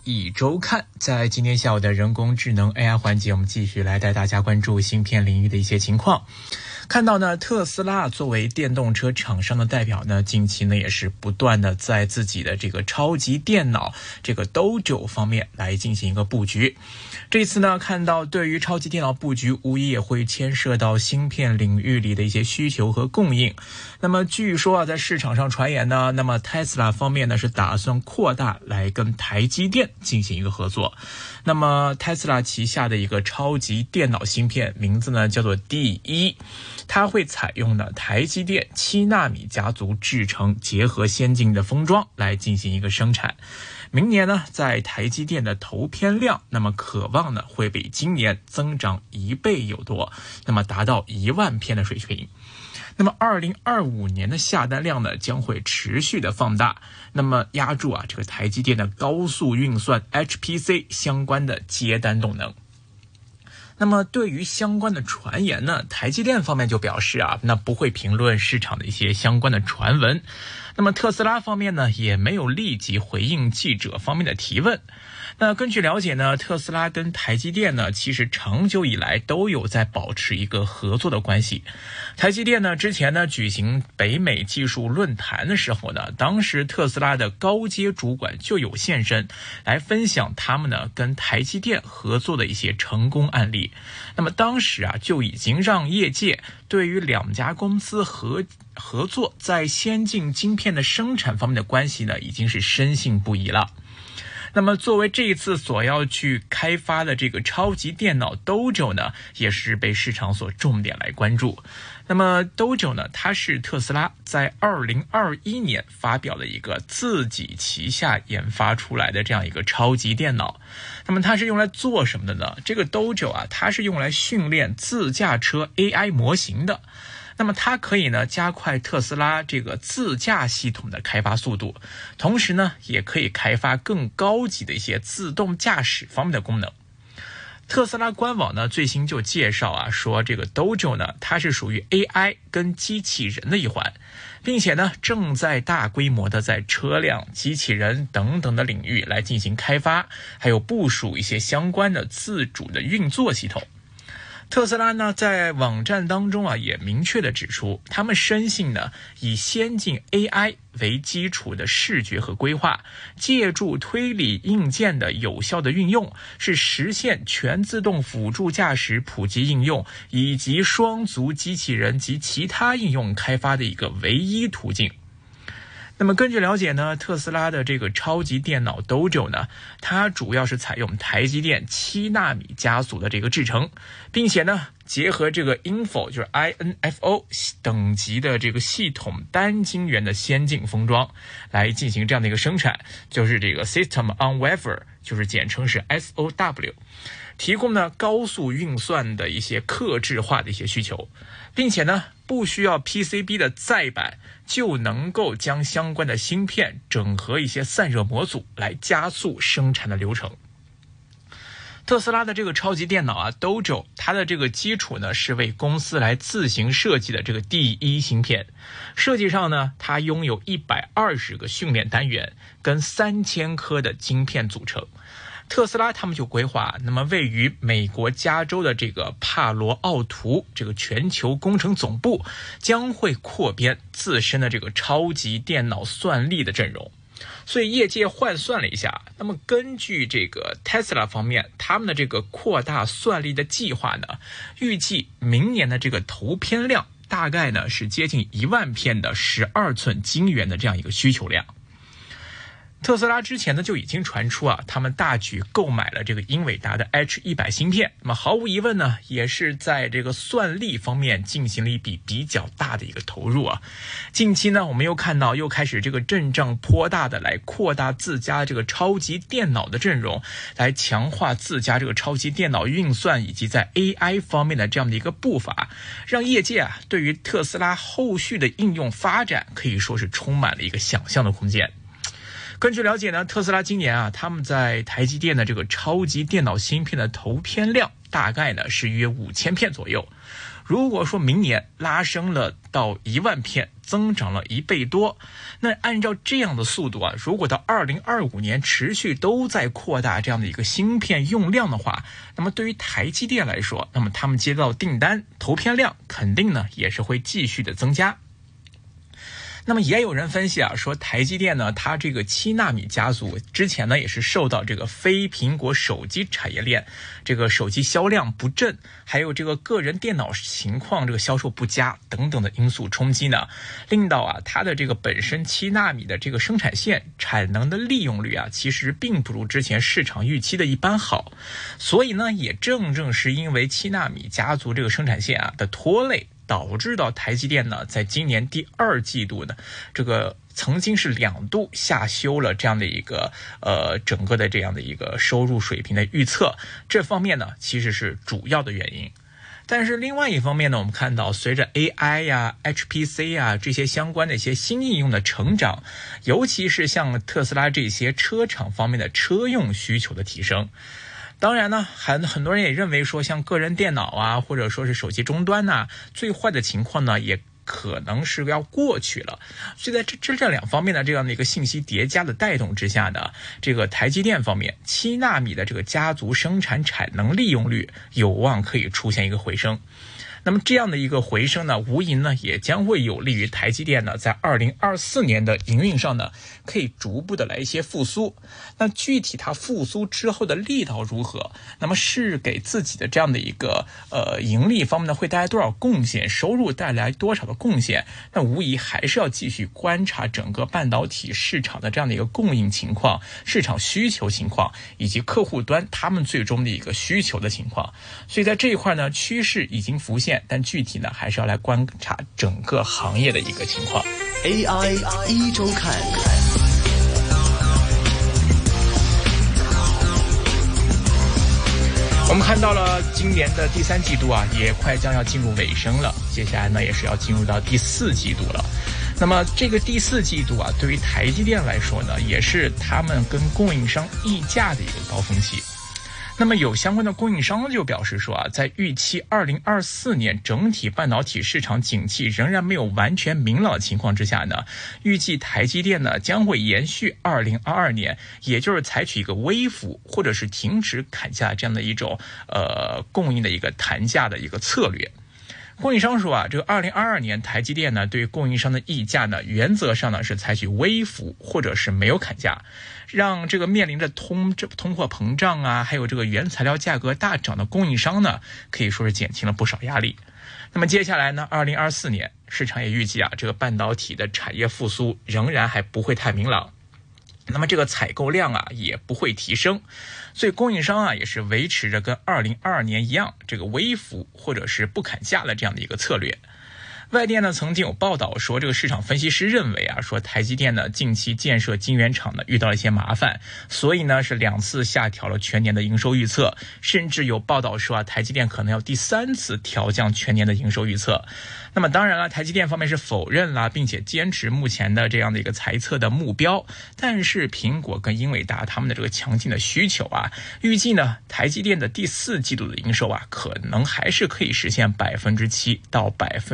一周看，在今天下午的人工智能 AI 环节，我们继续来带大家关注芯片领域的一些情况。看到呢，特斯拉作为电动车厂商的代表呢，近期呢也是不断的在自己的这个超级电脑这个 Dojo 方面来进行一个布局。这一次呢，看到对于超级电脑布局，无疑也会牵涉到芯片领域里的一些需求和供应。那么据说啊，在市场上传言呢，那么 Tesla 方面呢是打算扩大来跟台积电进行一个合作。那么 Tesla 旗下的一个超级电脑芯片名字呢叫做 D1， 它会采用呢台积电7纳米家族制程结合先进的封装来进行一个生产。明年呢，在台积电的投片量，那么可望呢会比今年增长1倍有多，那么达到1万片的水平。那么2025年的下单量呢将会持续的放大，那么压住这个台积电的高速运算 HPC 相关的接单动能。那么对于相关的传言呢，台积电方面就表示那不会评论市场的一些相关的传闻。那么特斯拉方面呢，也没有立即回应记者方面的提问。那根据了解呢，特斯拉跟台积电呢，其实长久以来都有在保持一个合作的关系。台积电呢，之前呢举行北美技术论坛的时候呢，当时特斯拉的高阶主管就有现身来分享他们呢跟台积电合作的一些成功案例。那么当时就已经让业界对于两家公司合作在先进晶片的生产方面的关系呢，已经是深信不疑了。那么作为这一次所要去开发的这个超级电脑 Dojo 呢，也是被市场所重点来关注。那么 Dojo 呢，它是特斯拉在2021年发表了一个自己旗下研发出来的这样一个超级电脑。那么它是用来做什么的呢？这个 Dojo 它是用来训练自驾车 AI 模型的。那么它可以呢加快特斯拉这个自驾系统的开发速度，同时呢也可以开发更高级的一些自动驾驶方面的功能。特斯拉官网呢最新就介绍说这个 Dojo 呢它是属于 AI 跟机器人的一环，并且呢正在大规模的在车辆、机器人等等的领域来进行开发，还有部署一些相关的自主的运作系统。特斯拉呢在网站当中也明确的指出，他们深信呢以先进 AI 为基础的视觉和规划，借助推理硬件的有效的运用，是实现全自动辅助驾驶普及应用以及双足机器人及其他应用开发的一个唯一途径。那么根据了解呢，特斯拉的这个超级电脑 Dojo 呢，它主要是采用台积电7纳米家族的这个制程，并且呢结合这个 INFO 就是 INFO 等级的这个系统单晶圆的先进封装来进行这样的一个生产，就是这个 System on Wafer， 就是简称是 SOW， 提供呢高速运算的一些客制化的一些需求，并且呢不需要 PCB 的载板就能够将相关的芯片整合一些散热模组来加速生产的流程。特斯拉的这个超级电脑Dojo， 它的这个基础呢是为公司来自行设计的这个第1芯片。设计上呢，它拥有120个训练单元跟3000颗的晶片组成。特斯拉他们就规划，那么位于美国加州的这个帕罗奥图这个全球工程总部将会扩编自身的这个超级电脑算力的阵容。所以业界换算了一下，那么根据这个 Tesla 方面他们的这个扩大算力的计划呢，预计明年的这个投片量大概呢是接近1万片的12寸晶圆的这样一个需求量。特斯拉之前呢就已经传出他们大举购买了这个英伟达的 H100 芯片，那么毫无疑问呢也是在这个算力方面进行了一笔比较大的一个投入近期呢我们又看到又开始这个阵仗颇大的来扩大自家这个超级电脑的阵容，来强化自家这个超级电脑运算以及在 AI 方面的这样的一个步伐，让业界对于特斯拉后续的应用发展可以说是充满了一个想象的空间。根据了解呢，特斯拉今年他们在台积电的这个超级电脑芯片的投片量大概呢是约5000片左右。 如果说明年拉升了到1万片，增长了1倍多，那按照这样的速度啊，如果到2025年持续都在扩大这样的一个芯片用量的话，那么对于台积电来说，那么他们接到订单投片量肯定呢也是会继续的增加。那么也有人分析啊，说台积电呢，它这个7纳米家族之前呢也是受到这个非苹果手机产业链这个手机销量不振，还有这个个人电脑情况这个销售不佳等等的因素冲击呢，令到啊它的这个本身7纳米的这个生产线产能的利用率啊，其实并不如之前市场预期的一般好。所以呢，也正是因为7纳米家族这个生产线啊的拖累，导致到台积电呢，在今年第2季度呢，这个曾经是2度下修了这样的一个整个的这样的一个收入水平的预测，这方面呢其实是主要的原因。但是另外一方面呢，我们看到随着 AI 呀、HPC 呀这些相关的一些新应用的成长，尤其是像特斯拉这些车厂方面的车用需求的提升。当然呢，很多人也认为说，像个人电脑啊，或者说是手机终端呐，最坏的情况呢，也可能是要过去了。所以在这两方面的这样的一个信息叠加的带动之下呢，这个台积电方面7纳米的这个家族生产产能利用率有望可以出现一个回升。那么这样的一个回升呢，无疑呢也将会有利于台积电呢在2024年的营运上呢，可以逐步的来一些复苏。那具体它复苏之后的力道如何？那么是给自己的这样的一个盈利方面呢，会带来多少贡献？收入带来多少的贡献？那无疑还是要继续观察整个半导体市场的这样的一个供应情况、市场需求情况，以及客户端他们最终的一个需求的情况。所以在这一块呢，趋势已经浮现。但具体呢，还是要来观察整个行业的一个情况。 AI 一周看。 我们看到了今年的第3季度啊，也快将要进入尾声了。接下来呢，也是要进入到第4季度了。那么这个第4季度啊，对于台积电来说呢，也是他们跟供应商议价的一个高峰期。那么有相关的供应商就表示说啊，在预期2024年整体半导体市场景气仍然没有完全明朗的情况之下呢，预计台积电呢将会延续2022年，也就是采取一个微幅或者是停止砍价这样的一种供应的一个谈价的一个策略。供应商说啊，这个2022年台积电呢对于供应商的议价呢，原则上呢是采取微幅或者是没有砍价，让这个面临着通货膨胀啊，还有这个原材料价格大涨的供应商呢，可以说是减轻了不少压力。那么接下来呢，2024年市场也预计啊，这个半导体的产业复苏仍然还不会太明朗。那么这个采购量啊也不会提升，所以供应商啊也是维持着跟2022年一样这个微幅或者是不砍价的这样的一个策略。外电呢曾经有报道说，这个市场分析师认为啊，说台积电呢近期建设晶圆厂呢遇到了一些麻烦，所以呢是2次下调了全年的营收预测，甚至有报道说啊，台积电可能要第3次调降全年的营收预测。那么当然了，台积电方面是否认了，并且坚持目前的这样的一个财测的目标。但是苹果跟英伟达他们的这个强劲的需求啊，预计呢台积电的第4季度的营收啊，可能还是可以实现7%到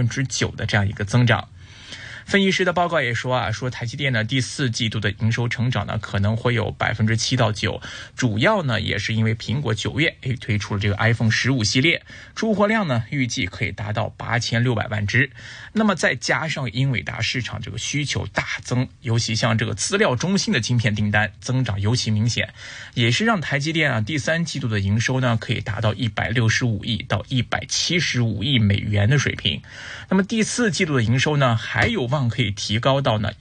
9%的这样一个增长。分析师的报告也说啊，说台积电呢第4季度的营收成长呢可能会有7%到9%，主要呢也是因为苹果9月推出了这个 iPhone 15系列，出货量呢预计可以达到8600万只。那么再加上英伟达市场这个需求大增，尤其像这个资料中心的晶片订单增长尤其明显，也是让台积电啊第3季度的营收呢可以达到165亿到175亿美元的水平。那么第4季度的营收呢还有望可以提高到呢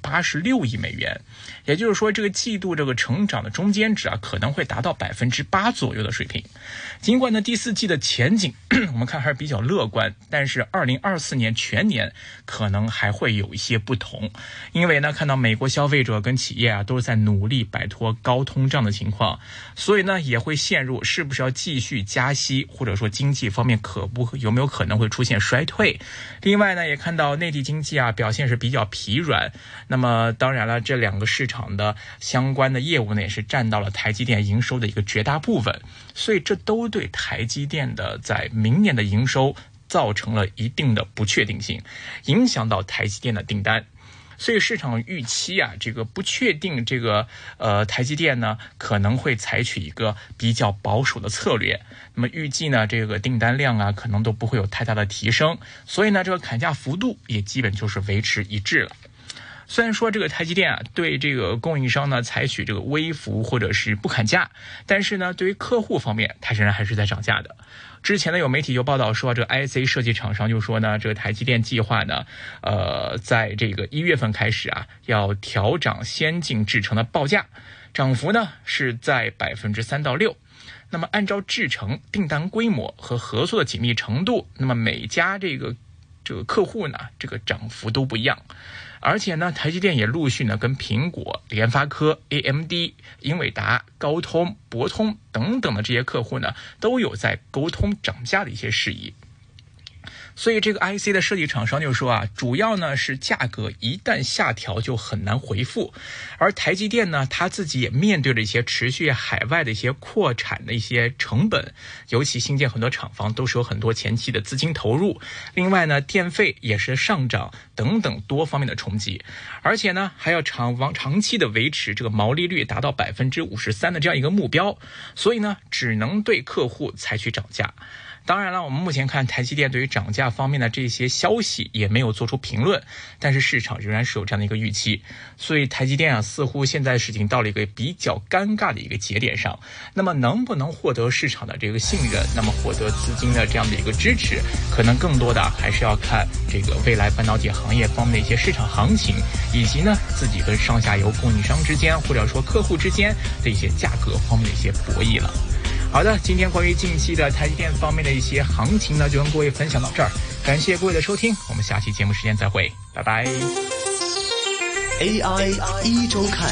186亿美元，也就是说这个季度这个成长的中间值啊可能会达到8%左右的水平。尽管呢第4季的前景我们看还是比较乐观，但是2024年全年可能还会有一些不同，因为呢看到美国消费者跟企业啊都是在努力摆脱高通胀的情况，所以呢也会陷入是不是要继续加息，或者说经济方面有没有可能会出现衰退。另外呢也看到内地经济啊表现是比较疲软，那么当然了这2个市场的相关的业务呢也是占到了台积电营收的一个绝大部分，所以这都对台积电的在明年的营收造成了一定的不确定性，影响到台积电的订单。所以市场预期啊，这个不确定这个台积电呢可能会采取一个比较保守的策略。那么预计呢这个订单量啊可能都不会有太大的提升，所以呢这个砍价幅度也基本就是维持一致了。虽然说这个台积电啊对这个供应商呢采取这个微幅或者是不砍价，但是呢对于客户方面它仍然还是在涨价的。之前呢有媒体就报道说，这个 IC 设计厂商就说呢，这个台积电计划呢在这个1月份开始啊要调涨先进制程的报价，涨幅呢是在3%到6%。那么按照制程、订单规模和合作的紧密程度，那么每家这个客户呢这个涨幅都不一样。而且呢台积电也陆续呢跟苹果、联发科、AMD、英伟达、高通、博通等等的这些客户呢都有在沟通涨价的一些事宜。所以这个 IC 的设计厂商就说啊，主要呢是价格一旦下调就很难回复，而台积电呢，它自己也面对着一些持续海外的一些扩产的一些成本，尤其新建很多厂房都是有很多前期的资金投入，另外呢，电费也是上涨等等多方面的冲击，而且呢，还要长期的维持这个毛利率达到53%的这样一个目标，所以呢，只能对客户采取涨价。当然了，我们目前看台积电对于涨价方面的这些消息也没有做出评论，但是市场仍然是有这样的一个预期，所以台积电啊似乎现在事情到了一个比较尴尬的一个节点上。那么能不能获得市场的这个信任，那么获得资金的这样的一个支持，可能更多的还是要看这个未来半导体行业方面的一些市场行情，以及呢自己跟上下游供应商之间或者说客户之间的一些价格方面的一些博弈了。好的，今天关于近期的台积电方面的一些行情呢，就跟各位分享到这儿，感谢各位的收听，我们下期节目时间再会，拜拜。 AI 一周看。